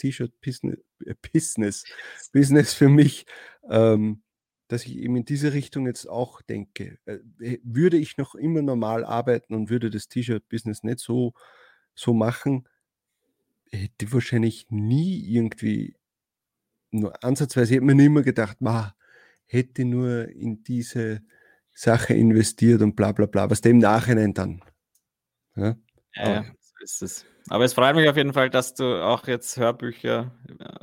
B: T-Shirt-Business für mich, dass ich eben in diese Richtung jetzt auch denke. Würde ich noch immer normal arbeiten und würde das T-Shirt-Business nicht so machen, hätte ich wahrscheinlich nie irgendwie nur ansatzweise, ich hätte mir nicht immer gedacht, hätte nur in diese Sache investiert und bla bla bla, was dem im Nachhinein dann. Ja,
C: Ja, so ist es. Aber es freut mich auf jeden Fall, dass du auch jetzt Hörbücher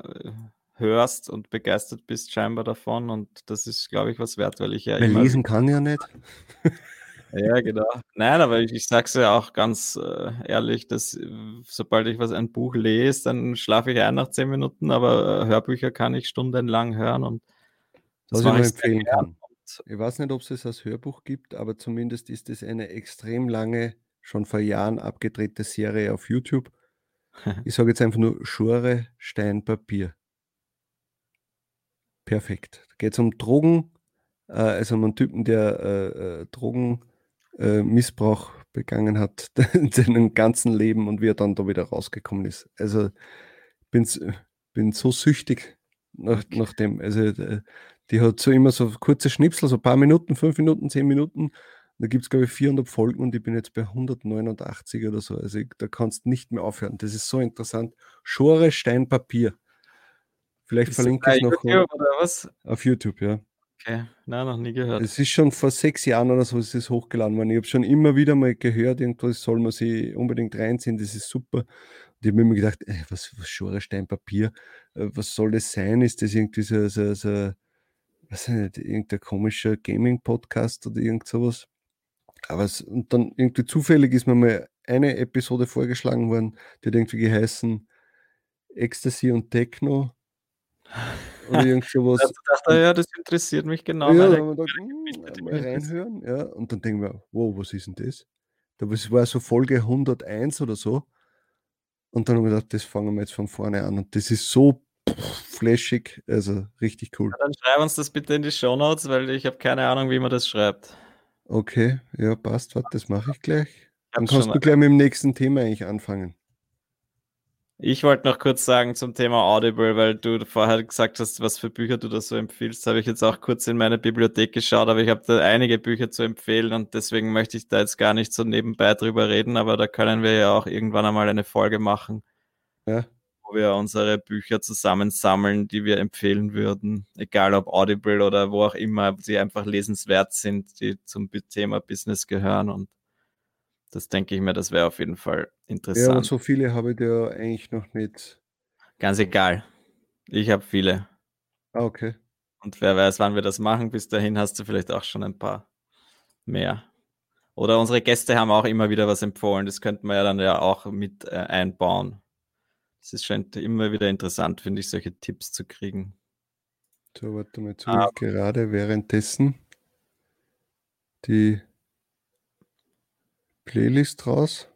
C: hörst und begeistert bist scheinbar davon, und das ist, glaube ich, was wert, weil ich ja
B: weil
C: immer...
B: lesen kann ja nicht.
C: Ja, genau. Nein, aber ich sage es ja auch ganz ehrlich, dass sobald ich ein Buch lese, dann schlafe ich ein nach 10 Minuten, aber Hörbücher kann ich stundenlang hören, und das
B: Was ich
C: mache
B: nur
C: ich sehr
B: empfehlen
C: gern.
B: kann. Ich weiß nicht, ob es als Hörbuch gibt, aber zumindest ist es eine extrem lange, schon vor Jahren abgedrehte Serie auf YouTube. Ich sage jetzt einfach nur Schure, Stein, Papier. Perfekt. Da geht es um Drogen, also um einen Typen, der Drogenmissbrauch begangen hat in seinem ganzen Leben und wie er dann da wieder rausgekommen ist. Also bin so süchtig nach dem. Also die hat so immer so kurze Schnipsel, so ein paar Minuten, 5 Minuten, 10 Minuten Da gibt es, glaube ich, 400 Folgen und ich bin jetzt bei 189 oder so. Also da kannst du nicht mehr aufhören. Das ist so interessant. Schore, Stein, Papier. Vielleicht
C: Ist das
B: verlinke
C: bei
B: ich es noch
C: YouTube oder was?
B: auf YouTube, ja.
C: Okay, nein, noch nie gehört.
B: Es ist schon vor 6 Jahren oder so, ist es hochgeladen worden. Ich habe schon immer wieder mal gehört, irgendwas soll man sich unbedingt reinziehen, das ist super. Und ich habe mir immer gedacht, was Schore, Stein, Papier, was soll das sein? Ist das irgendwie so weiß ich nicht, irgendein komischer Gaming-Podcast oder irgend sowas? Und dann irgendwie zufällig ist mir mal eine Episode vorgeschlagen worden, die hat irgendwie geheißen Ecstasy und Techno oder irgend sowas.
C: Ich dachte, ja, das interessiert mich genau,
B: Ja, da
C: meine
B: haben wir gedacht, mal reinhören, ja. Und dann denken wir, wow, was ist denn das? Das war so Folge 101 oder so. Und dann haben wir gedacht, das fangen wir jetzt von vorne an. Und das ist so flashig, also richtig cool.
C: Dann schreib uns das bitte in die Shownotes, weil ich habe keine Ahnung, wie man das schreibt.
B: Okay, ja, passt, warte, das mache ich gleich. Dann
C: hab's
B: kannst
C: schon
B: du gleich mit dem nächsten Thema eigentlich anfangen.
C: Ich wollte noch kurz sagen zum Thema Audible, weil du vorher gesagt hast, was für Bücher du da so empfiehlst, habe ich jetzt auch kurz in meine Bibliothek geschaut, aber ich habe da einige Bücher zu empfehlen und deswegen möchte ich da jetzt gar nicht so nebenbei drüber reden, aber da können wir ja auch irgendwann einmal eine Folge machen,
B: Ja,
C: wo wir unsere Bücher zusammensammeln, die wir empfehlen würden, egal ob Audible oder wo auch immer, die einfach lesenswert sind, die zum Thema Business gehören und das denke ich mir, das wäre auf jeden Fall
B: ja, aber
C: interessant.
B: so viele habe ich da eigentlich noch nicht.
C: Ganz egal. Ich habe viele.
B: Ah, okay.
C: Und wer weiß, wann wir das machen. Bis dahin hast du vielleicht auch schon ein paar mehr. Oder unsere Gäste haben auch immer wieder was empfohlen. Das könnten wir ja dann ja auch mit einbauen. Es ist schon immer wieder interessant, finde ich, solche Tipps zu kriegen.
B: So, warte mal, jetzt hole ich gerade währenddessen die Playlist raus.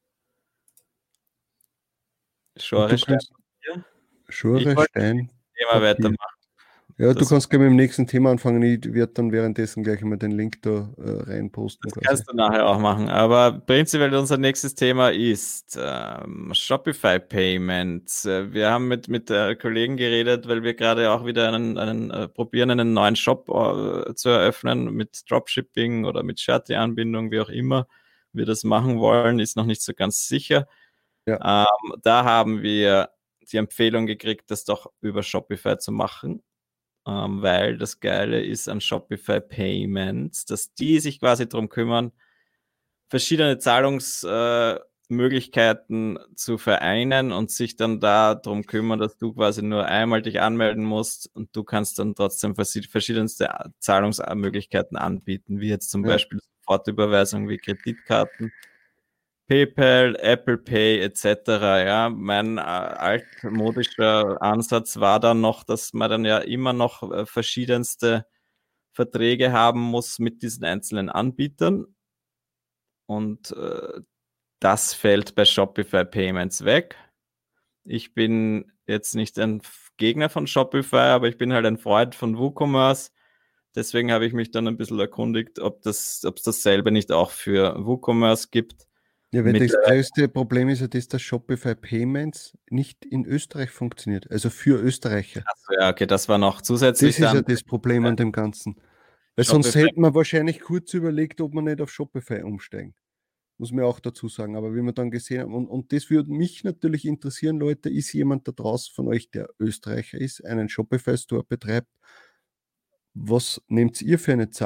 B: Und
C: Schore
B: du
C: Stein.
B: kannst
C: Ich
B: Schore,
C: wollte
B: Stein,
C: Thema
B: Papier.
C: weitermachen.
B: Ja, du
C: Das-
B: kannst gleich mit dem nächsten Thema anfangen. Ich werde dann währenddessen gleich einmal den Link da reinposten.
C: Das
B: Quasi.
C: kannst du nachher auch machen. Aber prinzipiell unser nächstes Thema ist Shopify Payments. Wir haben mit Kollegen geredet, weil wir gerade auch wieder probieren, einen neuen Shop zu eröffnen mit Dropshipping oder mit Shirty-Anbindung, wie auch immer wir das machen wollen, ist noch nicht so ganz sicher.
B: Ja.
C: Da haben wir die Empfehlung gekriegt, das doch über Shopify zu machen. Weil das Geile ist an Shopify Payments, dass die sich quasi darum kümmern, verschiedene Zahlungsmöglichkeiten zu vereinen und sich dann darum kümmern, dass du quasi nur einmal dich anmelden musst und du kannst dann trotzdem verschiedenste Zahlungsmöglichkeiten anbieten, wie jetzt zum Beispiel Sofortüberweisung wie Kreditkarten, PayPal, Apple Pay etc. Ja, mein altmodischer Ansatz war dann noch, dass man dann ja immer noch verschiedenste Verträge haben muss mit diesen einzelnen Anbietern und das fällt bei Shopify Payments weg. Ich bin jetzt nicht ein Gegner von Shopify, aber ich bin halt ein Freund von WooCommerce. Deswegen habe ich mich dann ein bisschen erkundigt, ob es dasselbe nicht auch für WooCommerce gibt.
B: Ja, weil das größte Problem ist ja, dass das Shopify Payments nicht in Österreich funktioniert, also für Österreicher.
C: Achso, ja, okay, das war noch zusätzlich.
B: Das ist ja das Problem an dem Ganzen. Weil sonst hätten wir wahrscheinlich kurz überlegt, ob wir nicht auf Shopify umsteigen. Muss man auch dazu sagen. Aber wie wir dann gesehen haben, und das würde mich natürlich interessieren, Leute, ist jemand da draußen von euch, der Österreicher ist, einen Shopify-Store betreibt? Was nehmt ihr für einen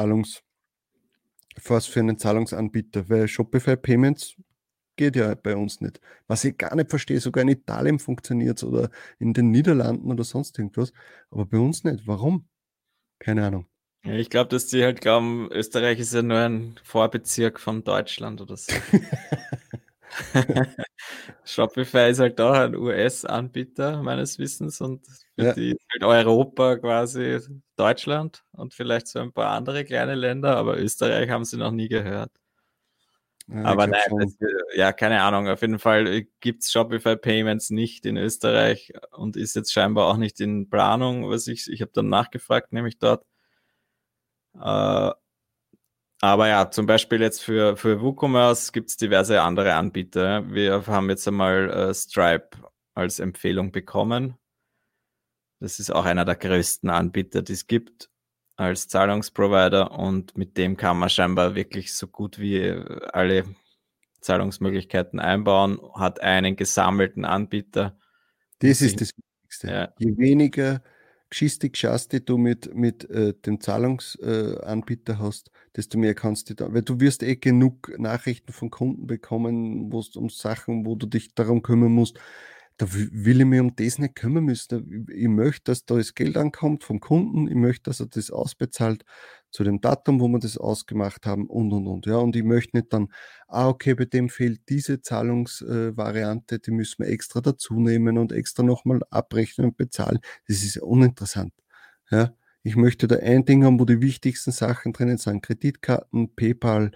B: Zahlungsanbieter? Weil Shopify Payments geht ja bei uns nicht. Was ich gar nicht verstehe, sogar in Italien funktioniert es oder in den Niederlanden oder sonst irgendwas, aber bei uns nicht. Warum? Keine Ahnung.
C: Ja, ich glaube, dass die halt glauben, Österreich ist ja nur ein Vorbezirk von Deutschland oder so. Shopify ist halt auch ein US-Anbieter meines Wissens und für die ist halt Europa quasi Deutschland und vielleicht so ein paar andere kleine Länder, aber Österreich haben sie noch nie gehört.
B: Ja,
C: aber nein, keine Ahnung. Auf jeden Fall gibt es Shopify Payments nicht in Österreich und ist jetzt scheinbar auch nicht in Planung, ich habe dann nachgefragt, nämlich dort. Aber ja, zum Beispiel jetzt für WooCommerce gibt es diverse andere Anbieter. Wir haben jetzt einmal Stripe als Empfehlung bekommen. Das ist auch einer der größten Anbieter, die es gibt. als Zahlungsprovider und mit dem kann man scheinbar wirklich so gut wie alle Zahlungsmöglichkeiten einbauen, hat einen gesammelten Anbieter.
B: Das
C: Muss ich,
B: ist das Wichtigste.
C: ja,
B: Je weniger Geschichte du mit dem Zahlungsanbieter hast, desto mehr kannst du da, weil du wirst eh genug Nachrichten von Kunden bekommen, wo es um Sachen, wo du dich darum kümmern musst. Da will ich mich um das nicht kümmern müssen. Ich möchte, dass da das Geld ankommt vom Kunden. Ich möchte, dass er das ausbezahlt zu dem Datum, wo wir das ausgemacht haben und. Ja, und ich möchte nicht dann, okay, bei dem fehlt diese Zahlungsvariante, die müssen wir extra dazu nehmen und extra nochmal abrechnen und bezahlen. Das ist uninteressant. Ja, ich möchte da ein Ding haben, wo die wichtigsten Sachen drinnen sind. Kreditkarten, PayPal,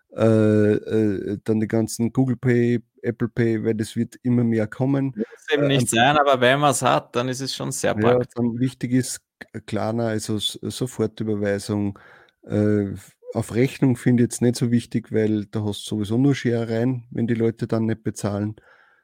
B: dann die ganzen Google Pay, Apple Pay, weil das wird immer mehr kommen.
C: muss eben nicht sein, aber wenn man es hat, dann ist es schon sehr
B: Ja,
C: praktisch.
B: dann wichtig ist Klarna, also Sofortüberweisung. Auf Rechnung finde ich jetzt nicht so wichtig, weil da hast du sowieso nur Scherereien, wenn die Leute dann nicht bezahlen.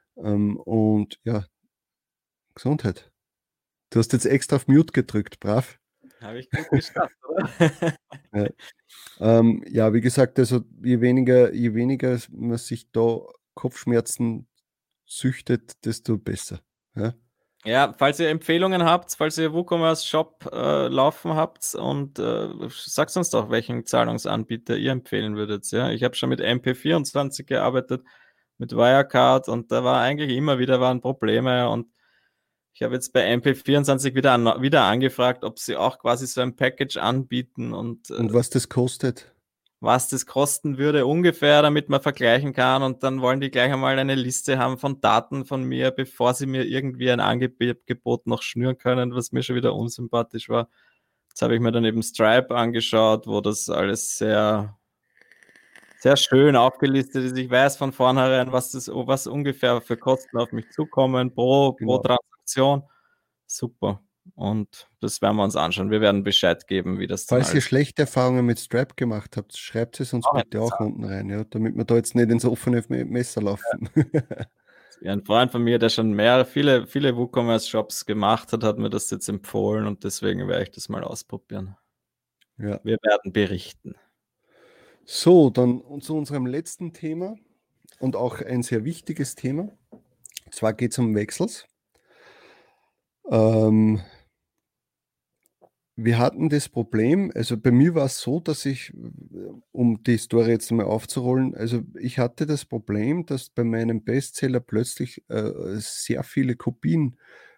B: Und ja, Gesundheit. Du hast jetzt extra auf Mute gedrückt, brav.
C: Habe ich gut geschafft, oder?
B: Ja. Ja, wie gesagt, also je weniger man sich da Kopfschmerzen süchtet, desto besser. Ja,
C: Ja, falls ihr Empfehlungen habt, falls ihr WooCommerce Shop laufen habt und sagt uns doch, welchen Zahlungsanbieter ihr empfehlen würdet. Ja, ich habe schon mit MP24 gearbeitet, mit Wirecard und da war eigentlich immer wieder waren Probleme und ich habe jetzt bei MP24 wieder angefragt, ob sie auch quasi so ein Package anbieten und
B: und was das kostet.
C: was das kosten würde ungefähr, damit man vergleichen kann. Und dann wollen die gleich einmal eine Liste haben von Daten von mir, bevor sie mir irgendwie ein Angebot noch schnüren können, was mir schon wieder unsympathisch war. Jetzt habe ich mir dann eben Stripe angeschaut, wo das alles sehr, sehr schön aufgelistet ist. Ich weiß von vornherein, was ungefähr für Kosten auf mich zukommen pro
B: Genau.
C: Transaktion. Super. Und das werden wir uns anschauen. Wir werden Bescheid geben, wie das dann
B: Falls ihr
C: alles
B: schlechte Erfahrungen mit Stripe gemacht habt, schreibt es uns
C: auch
B: bitte auch
C: interessant.
B: unten rein, ja, damit wir da jetzt nicht ins offene Messer laufen.
C: Ein Freund von mir, der schon viele WooCommerce-Shops gemacht hat, hat mir das jetzt empfohlen und deswegen werde ich das mal ausprobieren.
B: Ja.
C: Wir werden berichten.
B: So, dann zu unserem letzten Thema und auch ein sehr wichtiges Thema. Und zwar geht es um Wechsels. Wir hatten das Problem, also bei mir war es so, dass ich, um die Story jetzt mal aufzurollen, also ich hatte das Problem, dass bei meinem Bestseller plötzlich sehr viele Kopien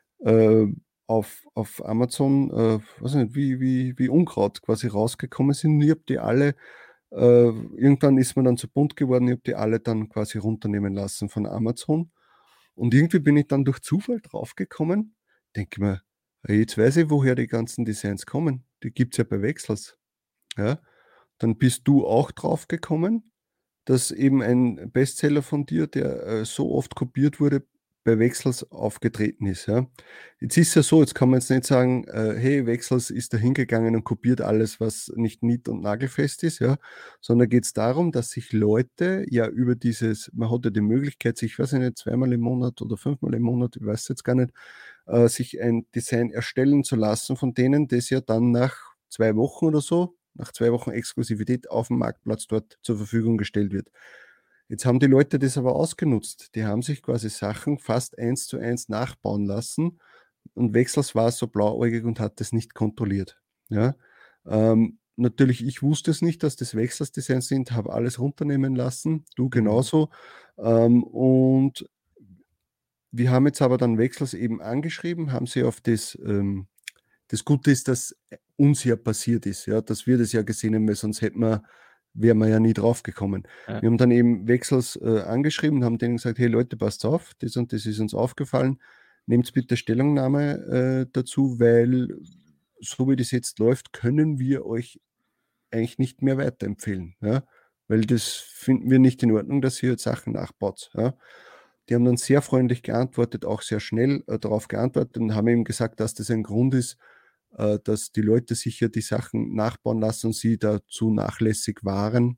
B: auf Amazon, weiß nicht, wie Unkraut quasi rausgekommen sind. Und ich habe die alle, irgendwann ist mir dann zu bunt geworden, ich habe die alle dann quasi runternehmen lassen von Amazon. Und irgendwie bin ich dann durch Zufall draufgekommen, denke mir, jetzt weiß ich, woher die ganzen Designs kommen. Die gibt es ja bei Wechsels. Ja? Dann bist du auch draufgekommen, dass eben ein Bestseller von dir, der so oft kopiert wurde, bei Wechsels aufgetreten ist. Ja? Jetzt ist ja so, jetzt kann man jetzt nicht sagen, hey, Wechsels ist da hingegangen und kopiert alles, was nicht nied- und nagelfest ist, ja? Sondern geht es darum, dass sich Leute ja über dieses, man hat ja die Möglichkeit, sich, weiß ich nicht, zweimal im Monat oder fünfmal im Monat, ich weiß jetzt gar nicht, sich ein Design erstellen zu lassen von denen, das ja dann nach 2 Wochen oder so, nach 2 Wochen Exklusivität auf dem Marktplatz dort zur Verfügung gestellt wird. Jetzt haben die Leute das aber ausgenutzt. Die haben sich quasi Sachen fast 1:1 nachbauen lassen und Wechsels war so blauäugig und hat das nicht kontrolliert. Ja? Natürlich, ich wusste es nicht, dass das Wechsels-Designs sind, habe alles runternehmen lassen, du genauso. Und wir haben jetzt aber dann Wechsels eben angeschrieben, haben sie auf das Gute ist, dass uns ja passiert ist, ja, dass wir das ja gesehen haben, weil sonst wären wir ja nie drauf gekommen.
C: Ja.
B: Wir haben dann eben Wechsels angeschrieben und haben denen gesagt, hey Leute, passt auf, das und das ist uns aufgefallen, nehmt bitte Stellungnahme dazu, weil so wie das jetzt läuft, können wir euch eigentlich nicht mehr weiterempfehlen, ja, weil das finden wir nicht in Ordnung, dass ihr jetzt Sachen nachbaut, ja. Die haben dann sehr freundlich geantwortet, auch sehr schnell darauf geantwortet und haben eben gesagt, dass das ein Grund ist, dass die Leute sich ja die Sachen nachbauen lassen und sie dazu nachlässig waren,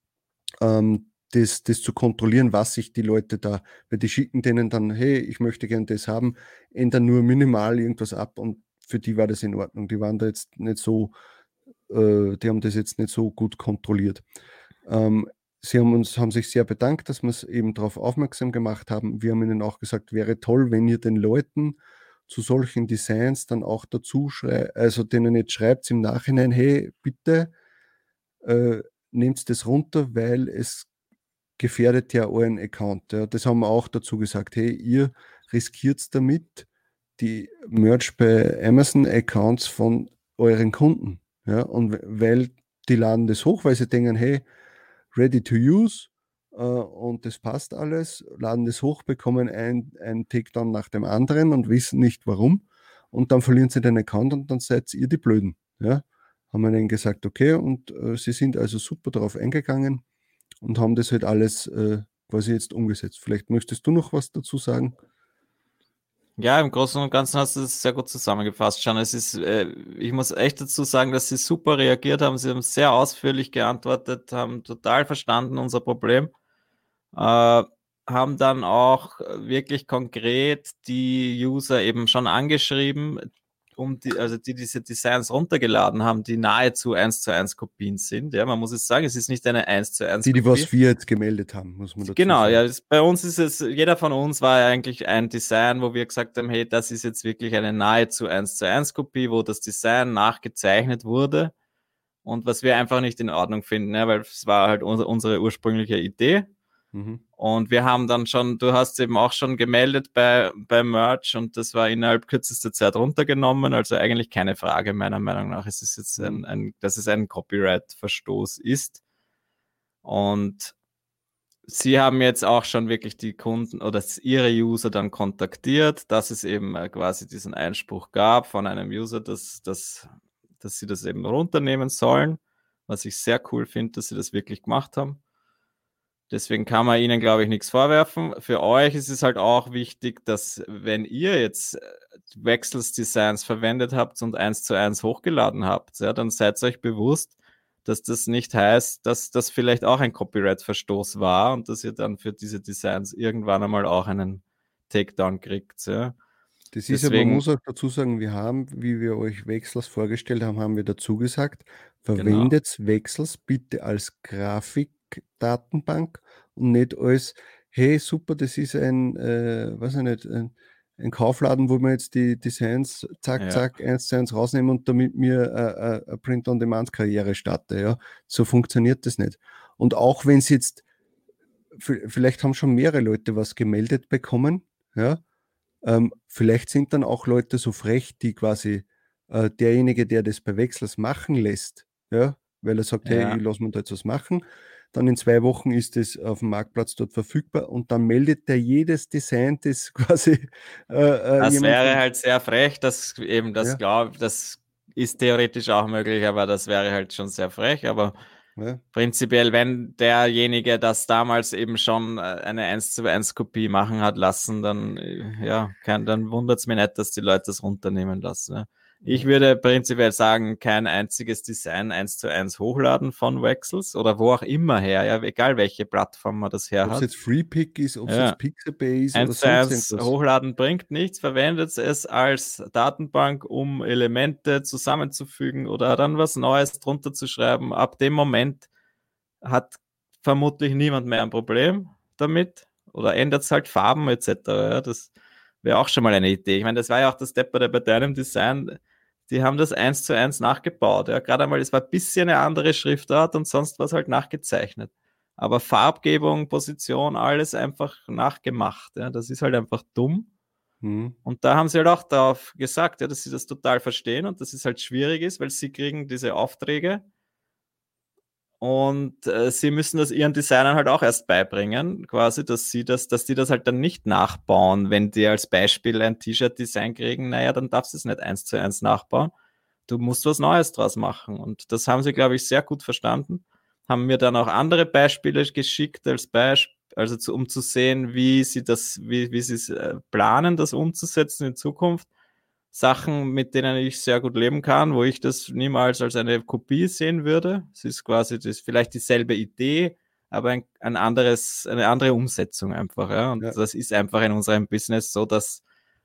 B: das zu kontrollieren, was sich die Leute da, weil die schicken denen dann, hey, ich möchte gerne das haben, ändern nur minimal irgendwas ab und für die war das in Ordnung. Die waren da jetzt nicht so die haben das jetzt nicht so gut kontrolliert. Sie haben sich sehr bedankt, dass wir es eben darauf aufmerksam gemacht haben. Wir haben ihnen auch gesagt, wäre toll, wenn ihr den Leuten zu solchen Designs dann auch dazu schreibt, also denen jetzt schreibt im Nachhinein, hey, bitte nehmt das runter, weil es gefährdet ja euren Account. Ja. Das haben wir auch dazu gesagt, hey, ihr riskiert damit die Merch bei Amazon-Accounts von euren Kunden. Ja. Und weil die laden das hoch, weil sie denken, hey, ready to use und das passt alles, laden das hoch, bekommen ein Takedown nach dem anderen und wissen nicht warum und dann verlieren sie den Account und dann seid ihr die Blöden. Ja? Haben wir ihnen gesagt, okay, und sie sind also super darauf eingegangen und haben das halt alles quasi jetzt umgesetzt. Vielleicht möchtest du noch was dazu sagen?
C: Ja, im Großen und Ganzen hast du es sehr gut zusammengefasst, Can. Es ist, ich muss echt dazu sagen, dass sie super reagiert haben. Sie haben sehr ausführlich geantwortet, haben total verstanden unser Problem, haben dann auch wirklich konkret die User eben schon angeschrieben, also die diese Designs runtergeladen haben, die nahezu 1:1 Kopien sind. Ja, man muss es sagen, es ist nicht eine 1:1
B: Die,
C: Kopie.
B: was wir jetzt gemeldet haben, muss man dazu
C: Genau,
B: sagen.
C: ja, bei uns ist es, jeder von uns war ja eigentlich ein Design, wo wir gesagt haben, hey, das ist jetzt wirklich eine nahezu 1:1 Kopie, wo das Design nachgezeichnet wurde und was wir einfach nicht in Ordnung finden, ja, weil es war halt unsere ursprüngliche Idee. Und wir haben dann schon, du hast eben auch schon gemeldet bei Merch und das war innerhalb kürzester Zeit runtergenommen, also eigentlich keine Frage meiner Meinung nach. Es ist jetzt dass es ein Copyright-Verstoß ist. Und sie haben jetzt auch schon wirklich die Kunden oder ihre User dann kontaktiert, dass es eben quasi diesen Einspruch gab von einem User, dass sie das eben runternehmen sollen, was ich sehr cool finde, dass sie das wirklich gemacht haben. Deswegen kann man ihnen, glaube ich, nichts vorwerfen. Für euch ist es halt auch wichtig, dass wenn ihr jetzt Wechselsdesigns verwendet habt und 1:1 hochgeladen habt, ja, dann seid euch bewusst, dass das nicht heißt, dass das vielleicht auch ein Copyright-Verstoß war und dass ihr dann für diese Designs irgendwann einmal auch einen Takedown kriegt. Ja.
B: Das ist ja, man muss auch dazu sagen, wir haben, wie wir euch Wechsels vorgestellt haben, haben wir dazu gesagt, verwendet Wechsels bitte als Grafikdatenbank und nicht als, hey, super, das ist ein, weiß ich nicht, ein Kaufladen, wo wir jetzt die Designs zack, zack, 1:1 rausnehmen und damit mir eine Print-on-Demand-Karriere starte. Ja. So funktioniert das nicht. Und auch wenn es jetzt, vielleicht haben schon mehrere Leute was gemeldet bekommen, ja, vielleicht sind dann auch Leute so frech, die quasi derjenige, der das bei Wechsels machen lässt, ja, weil er sagt, hey, ich lasse mir da jetzt was machen, dann in 2 Wochen ist es auf dem Marktplatz dort verfügbar und dann meldet der jedes Design, das quasi
C: das wäre halt sehr frech, dass eben das das ist theoretisch auch möglich, aber das wäre halt schon sehr frech, aber prinzipiell, wenn derjenige das damals eben schon eine 1:1 Kopie machen hat lassen, dann dann wundert es mich nicht, dass die Leute das runternehmen lassen. Ja. Ich würde prinzipiell sagen, kein einziges Design 1:1 hochladen von Wechsels oder wo auch immer her, ja, egal welche Plattform man das her hat.
B: Ob es jetzt FreePic ist, ob es jetzt Pixabay ist
C: 1:1 hochladen bringt nichts, verwendet es als Datenbank, um Elemente zusammenzufügen oder dann was Neues drunter zu schreiben. Ab dem Moment hat vermutlich niemand mehr ein Problem damit oder ändert es halt Farben etc. Ja, das wäre auch schon mal eine Idee. Ich meine, das war ja auch das Depperte bei deinem Design. Die haben das 1:1 nachgebaut. Ja. Gerade einmal, es war ein bisschen eine andere Schriftart und sonst war es halt nachgezeichnet. Aber Farbgebung, Position, alles einfach nachgemacht. Ja. Das ist halt einfach dumm. Und da haben sie halt auch darauf gesagt, ja, dass sie das total verstehen und dass es halt schwierig ist, weil sie kriegen diese Aufträge und sie müssen das ihren Designern halt auch erst beibringen, quasi, dass die das halt dann nicht nachbauen. Wenn die als Beispiel ein T-Shirt-Design kriegen, naja, dann darfst du es nicht 1:1 nachbauen. Du musst was Neues draus machen. Und das haben sie, glaube ich, sehr gut verstanden. Haben mir dann auch andere Beispiele geschickt als Beispiel, also um zu sehen, wie sie es planen, das umzusetzen in Zukunft. Sachen, mit denen ich sehr gut leben kann, wo ich das niemals als eine Kopie sehen würde. Es ist quasi vielleicht dieselbe Idee, aber eine andere Umsetzung einfach. Ja? Und das ist einfach in unserem Business so, dass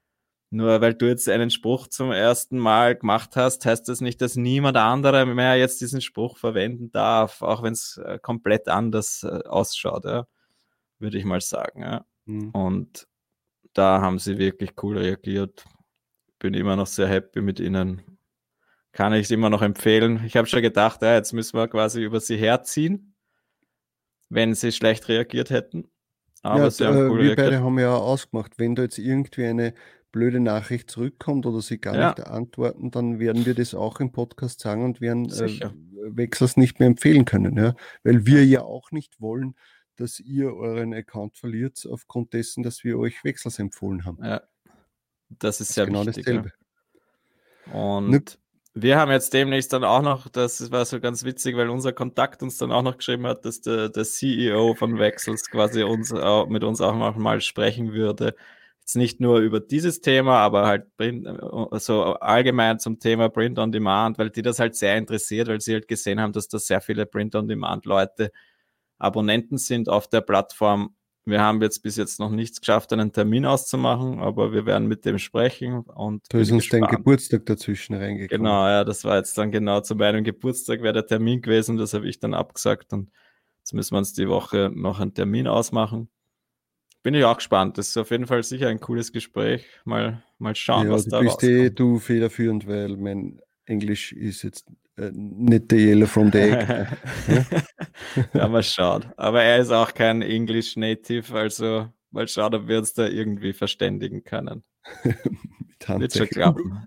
C: Nur weil du jetzt einen Spruch zum ersten Mal gemacht hast, heißt das nicht, dass niemand anderer mehr jetzt diesen Spruch verwenden darf, auch wenn es komplett anders ausschaut, ja, würde ich mal sagen. Ja. Und da haben sie wirklich cool reagiert. Bin immer noch sehr happy mit ihnen. Kann ich es immer noch empfehlen. Ich habe schon gedacht, ja, jetzt müssen wir quasi über sie herziehen, wenn sie schlecht reagiert hätten. Aber
B: Ja,
C: sie haben cool
B: wir
C: reagiert.
B: beide haben ja ausgemacht, wenn da jetzt irgendwie eine blöde Nachricht zurückkommt oder sie gar nicht antworten, dann werden wir das auch im Podcast sagen und werden Wechsels nicht mehr empfehlen können. Ja? Weil wir ja auch nicht wollen, dass ihr euren Account verliert aufgrund dessen, dass wir euch Wechsels empfohlen haben.
C: Ja, das ist sehr
B: genau
C: wichtig.
B: dasselbe.
C: Ja. Und wir haben jetzt demnächst dann auch noch, das war so ganz witzig, weil unser Kontakt uns dann auch noch geschrieben hat, dass der CEO von Wechsels quasi mit uns auch noch mal sprechen würde. Jetzt nicht nur über dieses Thema, aber halt so allgemein zum Thema Print on Demand, weil die das halt sehr interessiert, weil sie halt gesehen haben, dass da sehr viele Print on Demand Leute Abonnenten sind auf der Plattform. Wir haben jetzt bis jetzt noch nichts geschafft, einen Termin auszumachen, aber wir werden mit dem sprechen. Und
B: da ist uns dein Geburtstag dazwischen reingekommen.
C: Genau, ja, das war jetzt dann genau zu meinem Geburtstag, wäre der Termin gewesen, das habe ich dann abgesagt und jetzt müssen wir uns die Woche noch einen Termin ausmachen. Bin ich auch gespannt, das ist auf jeden Fall sicher ein cooles Gespräch, mal schauen, was da rauskommt.
B: Du bist du federführend, weil mein Englisch ist jetzt nicht the yellow from the egg.
C: Ja, mal schauen. Aber er ist auch kein English Native, also mal schauen, ob wir uns da irgendwie verständigen können. Wird schon klappen.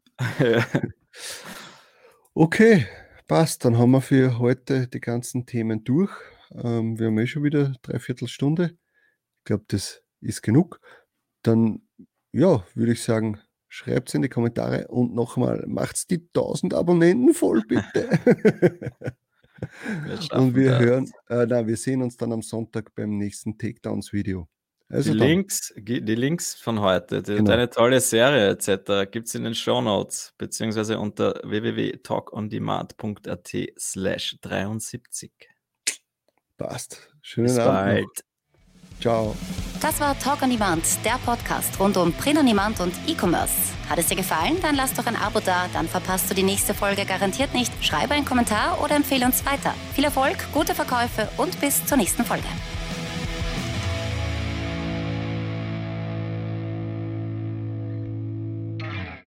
B: Okay, passt. Dann haben wir für heute die ganzen Themen durch. Wir haben schon wieder 3/4 Stunde. Ich glaube, das ist genug. Dann, ja, würde ich sagen, schreibt es in die Kommentare und nochmal, macht's die 1000 Abonnenten voll, bitte. Und wir sehen uns dann am Sonntag beim nächsten Takedowns-Video. Also
C: die Links von heute, deine tolle Serie etc. gibt es in den Shownotes, beziehungsweise unter www.talkondemand.at/73.
B: Passt. Schönen Abend noch. Ciao.
A: Das war Talk on Demand, der Podcast rund um Print on Demand und E-Commerce. Hat es dir gefallen? Dann lass doch ein Abo da, dann verpasst du die nächste Folge garantiert nicht. Schreibe einen Kommentar oder empfehle uns weiter. Viel Erfolg, gute Verkäufe und bis zur nächsten Folge.